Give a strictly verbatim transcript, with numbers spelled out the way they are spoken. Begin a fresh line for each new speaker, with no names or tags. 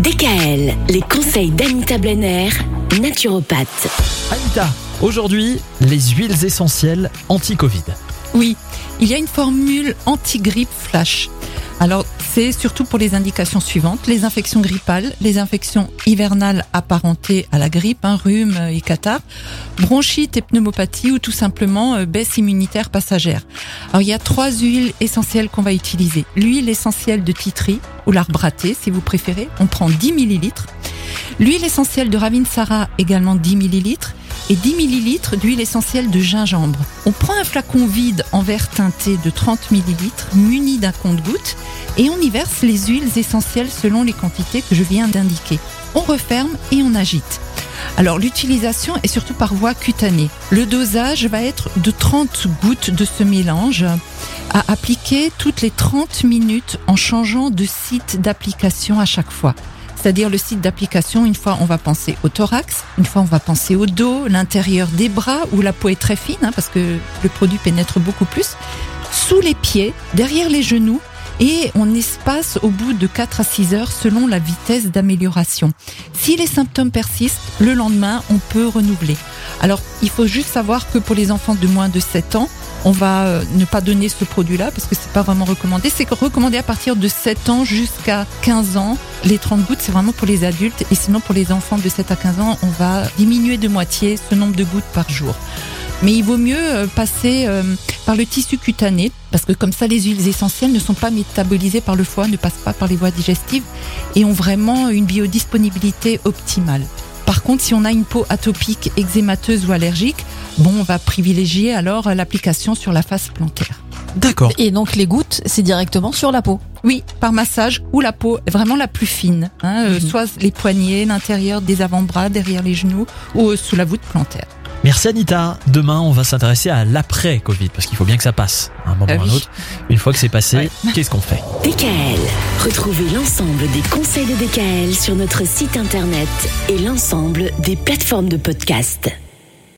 D K L, les conseils d'Anita Blenner, naturopathe.
Anita, aujourd'hui, les huiles essentielles anti-Covid.
Oui, il y a une formule anti-grippe flash. Alors, c'est surtout pour les indications suivantes, les infections grippales, les infections hivernales apparentées à la grippe, hein, rhume et catarrhe, bronchite et pneumopathie ou tout simplement euh, baisse immunitaire passagère. Alors, il y a trois huiles essentielles qu'on va utiliser. L'huile essentielle de titri ou l'arbre à thé, si vous préférez, on prend dix millilitres. L'huile essentielle de Ravinsara, également dix millilitres. Et dix millilitres d'huile essentielle de gingembre. On prend un flacon vide en verre teinté de trente millilitres, muni d'un compte-gouttes, et on y verse les huiles essentielles selon les quantités que je viens d'indiquer. On referme et on agite. Alors l'utilisation est surtout par voie cutanée. Le dosage va être de trente gouttes de ce mélange à appliquer toutes les trente minutes en changeant de site d'application à chaque fois. C'est-à-dire le site d'application, une fois on va penser au thorax, une fois on va penser au dos, l'intérieur des bras où la peau est très fine hein, parce que le produit pénètre beaucoup plus, sous les pieds, derrière les genoux et on espace au bout de quatre à six heures selon la vitesse d'amélioration. Si les symptômes persistent, le lendemain on peut renouveler. Alors il faut juste savoir que pour les enfants de moins de sept ans, on va ne pas donner ce produit-là parce que c'est pas vraiment recommandé. C'est recommandé à partir de sept ans jusqu'à quinze ans. Les trente gouttes, c'est vraiment pour les adultes. Et sinon, pour les enfants de sept à quinze ans, on va diminuer de moitié ce nombre de gouttes par jour. Mais il vaut mieux passer par le tissu cutané parce que comme ça, les huiles essentielles ne sont pas métabolisées par le foie, ne passent pas par les voies digestives et ont vraiment une biodisponibilité optimale. Par contre, si on a une peau atopique, eczémateuse ou allergique, bon, on va privilégier alors l'application sur la face plantaire.
D'accord.
Et donc les gouttes, c'est directement sur la peau.
Oui, par massage ou la peau vraiment la plus fine, hein, mm-hmm. euh, soit les poignets, l'intérieur des avant-bras, derrière les genoux ou euh, sous la voûte plantaire.
Merci Anita. Demain, on va s'intéresser à l'après-Covid parce qu'il faut bien que ça passe à un moment
euh,
ou à un
oui.
autre. Une fois que c'est passé,
ouais.
Qu'est-ce qu'on fait ?
D K L. Retrouvez l'ensemble des conseils de D K L sur notre site internet et l'ensemble des plateformes de podcast.